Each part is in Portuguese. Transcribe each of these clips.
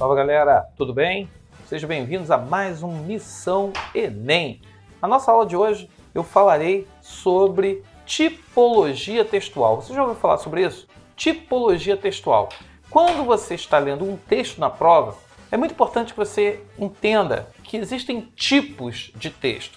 Salve galera, tudo bem? Sejam bem-vindos a mais um Missão Enem. Na nossa aula de hoje eu falarei sobre tipologia textual. Você já ouviu falar sobre isso? Tipologia textual. Quando você está lendo um texto na prova, é muito importante que você entenda que existem tipos de texto.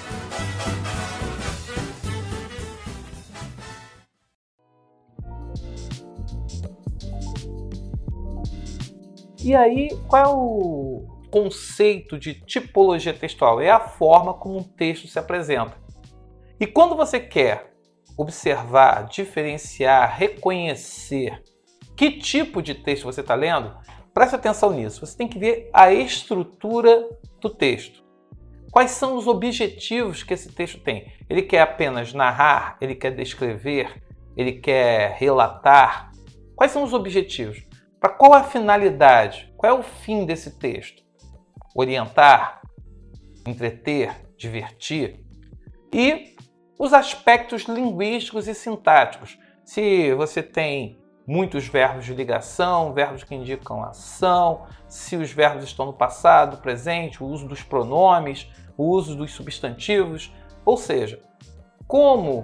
E aí, qual é o conceito de tipologia textual? É a forma como um texto se apresenta. E quando você quer observar, diferenciar, reconhecer que tipo de texto você está lendo, preste atenção nisso. Você tem que ver a estrutura do texto. Quais são os objetivos que esse texto tem? Ele quer apenas narrar? Ele quer descrever? Ele quer relatar? Quais são os objetivos? Para qual é a finalidade? Qual é o fim desse texto? Orientar, entreter, divertir. E os aspectos linguísticos e sintáticos. Se você tem muitos verbos de ligação, verbos que indicam ação, se os verbos estão no passado, presente, o uso dos pronomes, o uso dos substantivos. Ou seja, como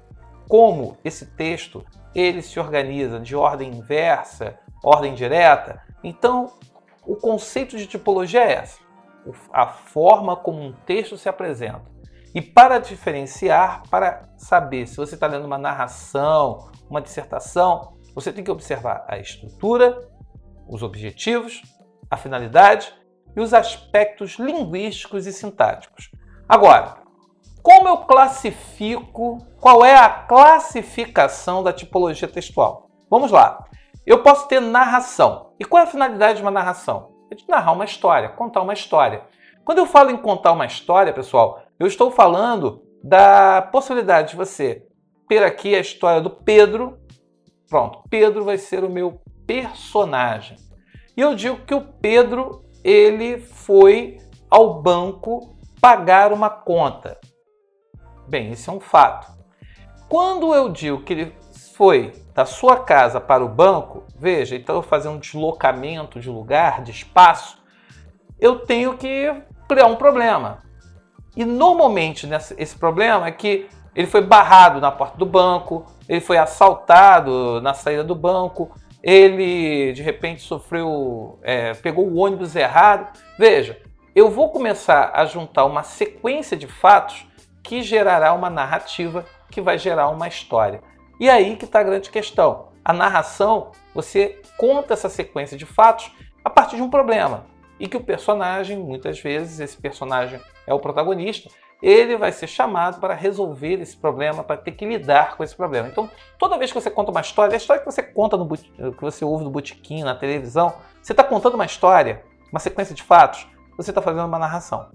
esse texto ele se organiza de ordem inversa, ordem direta. Então, o conceito de tipologia é essa, a forma como um texto se apresenta. E para diferenciar, para saber se você está lendo uma narração, uma dissertação, você tem que observar a estrutura, os objetivos, a finalidade e os aspectos linguísticos e sintáticos. Agora, como eu classifico, qual é a classificação da tipologia textual? Vamos lá. Eu posso ter narração. E qual é a finalidade de uma narração? É de narrar uma história, contar uma história. Quando eu falo em contar uma história, pessoal, eu estou falando da possibilidade de você ter aqui a história do Pedro. Pronto, Pedro vai ser o meu personagem. E eu digo que o Pedro, ele foi ao banco pagar uma conta. Bem, isso é um fato. Quando eu digo que ele foi da sua casa para o banco, veja, então eu fazer um deslocamento de lugar, de espaço, eu tenho que criar um problema. E normalmente esse problema é que ele foi barrado na porta do banco, ele foi assaltado na saída do banco, ele de repente pegou o ônibus errado. Veja, eu vou começar a juntar uma sequência de fatos que gerará uma narrativa, que vai gerar uma história. E aí que está a grande questão. A narração, você conta essa sequência de fatos a partir de um problema. E que o personagem, muitas vezes, esse personagem é o protagonista, ele vai ser chamado para resolver esse problema, para ter que lidar com esse problema. Então, toda vez que você conta uma história, a história que você conta, que você ouve no botequim, na televisão, você está contando uma história, uma sequência de fatos, você está fazendo uma narração.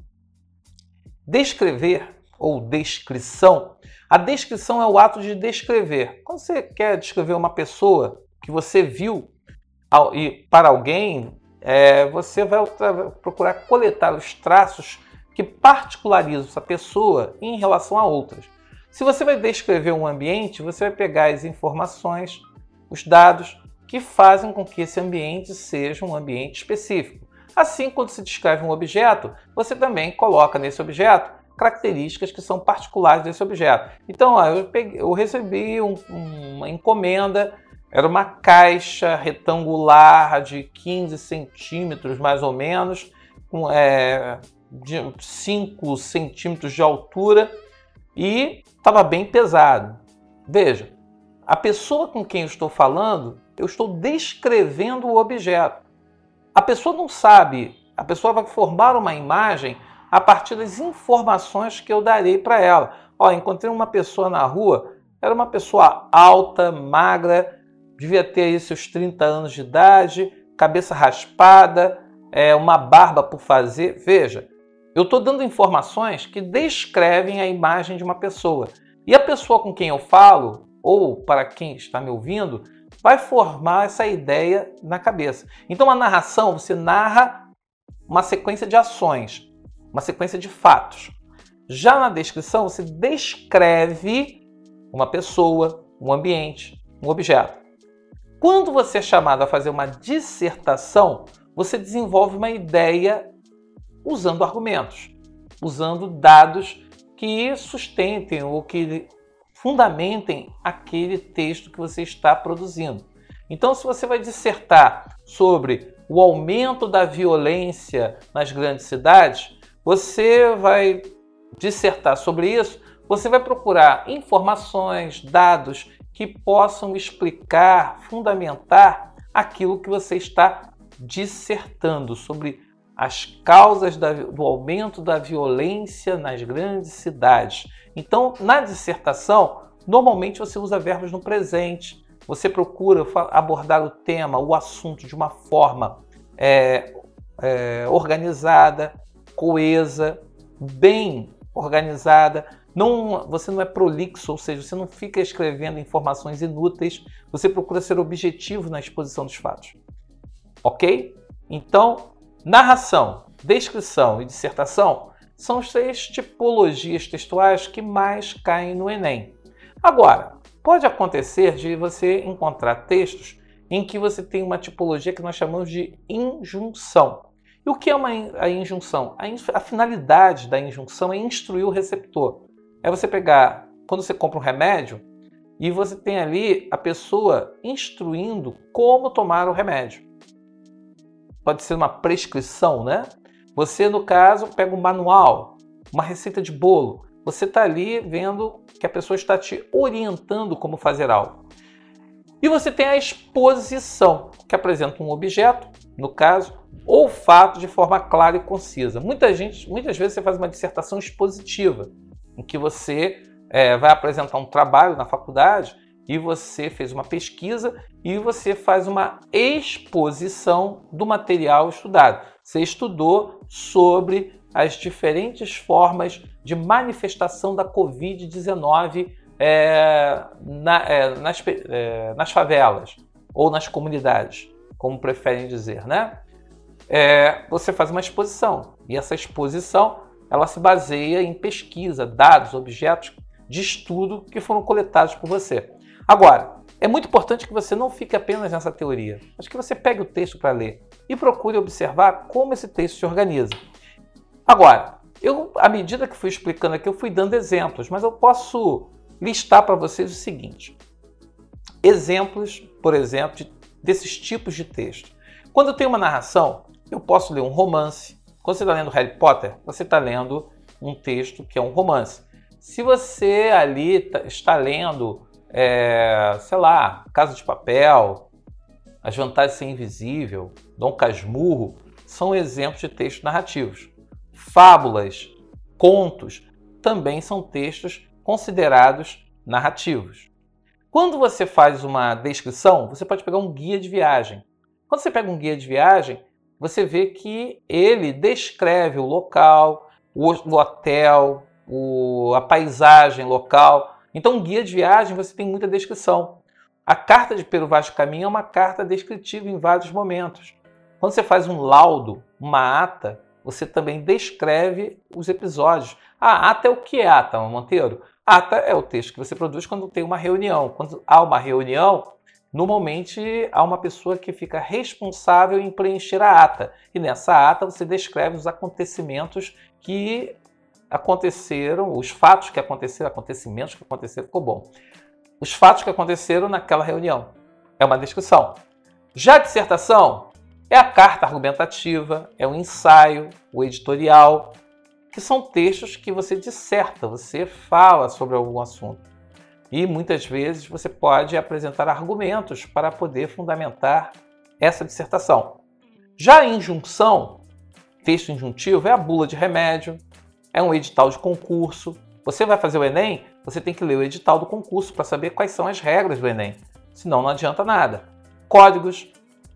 Descrever ou descrição, a descrição é o ato de descrever. Quando você quer descrever uma pessoa que você viu e para alguém, você vai procurar coletar os traços que particularizam essa pessoa em relação a outras. Se você vai descrever um ambiente, você vai pegar as informações, os dados que fazem com que esse ambiente seja um ambiente específico. Assim, quando se descreve um objeto, você também coloca nesse objeto características que são particulares desse objeto. Então, eu recebi uma encomenda, era uma caixa retangular de 15 centímetros mais ou menos, de 5 centímetros de altura e estava bem pesado. Veja, a pessoa com quem eu estou falando, eu estou descrevendo o objeto. A pessoa não sabe, a pessoa vai formar uma imagem a partir das informações que eu darei para ela. Encontrei uma pessoa na rua, era uma pessoa alta, magra, devia ter aí seus 30 anos de idade, cabeça raspada, uma barba por fazer. Veja, eu estou dando informações que descrevem a imagem de uma pessoa. E a pessoa com quem eu falo, ou para quem está me ouvindo, vai formar essa ideia na cabeça. Então, a narração, você narra uma sequência de ações, uma sequência de fatos. Já na descrição, você descreve uma pessoa, um ambiente, um objeto. Quando você é chamado a fazer uma dissertação, você desenvolve uma ideia usando argumentos, usando dados que sustentem ou que fundamentem aquele texto que você está produzindo. Então, se você vai dissertar sobre o aumento da violência nas grandes cidades, você vai dissertar sobre isso, você vai procurar informações, dados que possam explicar, fundamentar aquilo que você está dissertando sobre as causas do aumento da violência nas grandes cidades. Então, na dissertação, normalmente você usa verbos no presente. Você procura abordar o tema, o assunto de uma forma organizada, coesa, bem organizada. Você não é prolixo, ou seja, você não fica escrevendo informações inúteis. Você procura ser objetivo na exposição dos fatos. Ok? Então, narração, descrição e dissertação são as 3 tipologias textuais que mais caem no Enem. Agora, pode acontecer de você encontrar textos em que você tem uma tipologia que nós chamamos de injunção. E o que é a injunção? A finalidade da injunção é instruir o receptor. É você pegar, quando você compra um remédio, e você tem ali a pessoa instruindo como tomar o remédio. Pode ser uma prescrição, né? Você, no caso, pega um manual, uma receita de bolo. Você está ali vendo que a pessoa está te orientando como fazer algo. E você tem a exposição, que apresenta um objeto, no caso, ou fato de forma clara e concisa. Muitas vezes você faz uma dissertação expositiva, em que você vai apresentar um trabalho na faculdade e você fez uma pesquisa e você faz uma exposição do material estudado. Você estudou sobre as diferentes formas de manifestação da Covid-19 nas favelas ou nas comunidades, como preferem dizer, né? Você faz uma exposição e essa exposição ela se baseia em pesquisa, dados, objetos de estudo que foram coletados por você. Agora, é muito importante que você não fique apenas nessa teoria, mas que você pegue o texto para ler e procure observar como esse texto se organiza. Agora, à medida que fui explicando aqui, eu fui dando exemplos, mas eu posso listar para vocês o seguinte. Exemplos, por exemplo, desses tipos de texto. Quando eu tenho uma narração, eu posso ler um romance. Quando você está lendo Harry Potter, você está lendo um texto que é um romance. Se você ali está lendo, sei lá, Casa de Papel, As Vantagens de Ser Invisível, Dom Casmurro, são exemplos de textos narrativos. Fábulas, contos, também são textos considerados narrativos. Quando você faz uma descrição, você pode pegar um guia de viagem. Quando você pega um guia de viagem, você vê que ele descreve o local, o hotel, a paisagem local. Então, um guia de viagem, você tem muita descrição. A carta de Pero Vaz de Caminha é uma carta descritiva em vários momentos. Quando você faz um laudo, uma ata, você também descreve os episódios. A ata é o que é ata, Monteiro? Ata é o texto que você produz quando tem uma reunião. Quando há uma reunião, normalmente há uma pessoa que fica responsável em preencher a ata. E nessa ata você descreve os acontecimentos que aconteceram, os fatos que aconteceram, acontecimentos que aconteceram, ficou bom. Os fatos que aconteceram naquela reunião. É uma descrição. Já a dissertação é a carta argumentativa, é o ensaio, o editorial, que são textos que você disserta, você fala sobre algum assunto. E muitas vezes você pode apresentar argumentos para poder fundamentar essa dissertação. Já a injunção, texto injuntivo, é a bula de remédio, é um edital de concurso. Você vai fazer o Enem, você tem que ler o edital do concurso para saber quais são as regras do Enem. Senão não adianta nada. Códigos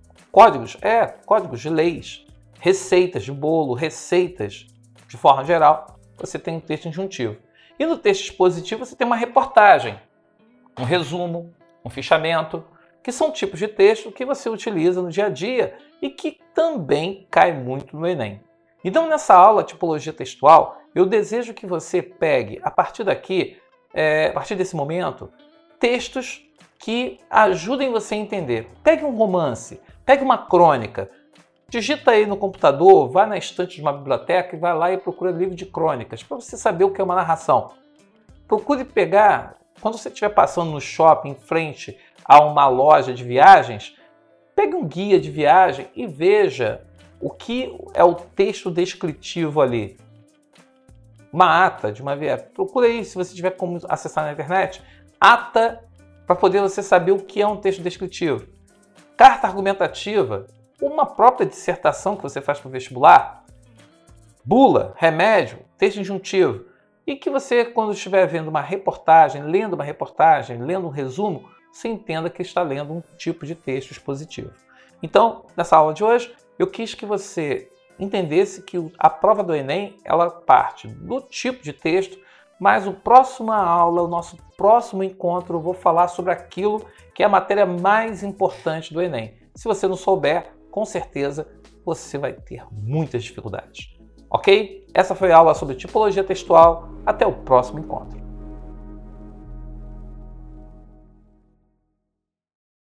de leis, receitas de bolo, receitas de forma geral, você tem um texto injuntivo. E no texto expositivo você tem uma reportagem, um resumo, um fichamento, que são tipos de texto que você utiliza no dia a dia e que também cai muito no Enem. Então, nessa aula Tipologia Textual, eu desejo que você pegue, a partir daqui, a partir desse momento, textos que ajudem você a entender. Pegue um romance, pegue uma crônica, Digita aí no computador, vai na estante de uma biblioteca e vai lá e procura livro de crônicas, para você saber o que é uma narração. Procure pegar, quando você estiver passando no shopping em frente a uma loja de viagens, pegue um guia de viagem e veja o que é o texto descritivo ali. Uma ata de uma viagem. Procure aí, se você tiver como acessar na internet, ata para poder você saber o que é um texto descritivo. Carta argumentativa, uma própria dissertação que você faz para o vestibular, bula, remédio, texto injuntivo. E que você, quando estiver vendo uma reportagem, lendo um resumo, você entenda que está lendo um tipo de texto expositivo. Então, nessa aula de hoje, eu quis que você entendesse que a prova do Enem, ela parte do tipo de texto, mas a próxima aula, o nosso próximo encontro, eu vou falar sobre aquilo que é a matéria mais importante do Enem. Se você não souber, com certeza você vai ter muitas dificuldades. Ok? Essa foi a aula sobre tipologia textual. Até o próximo encontro.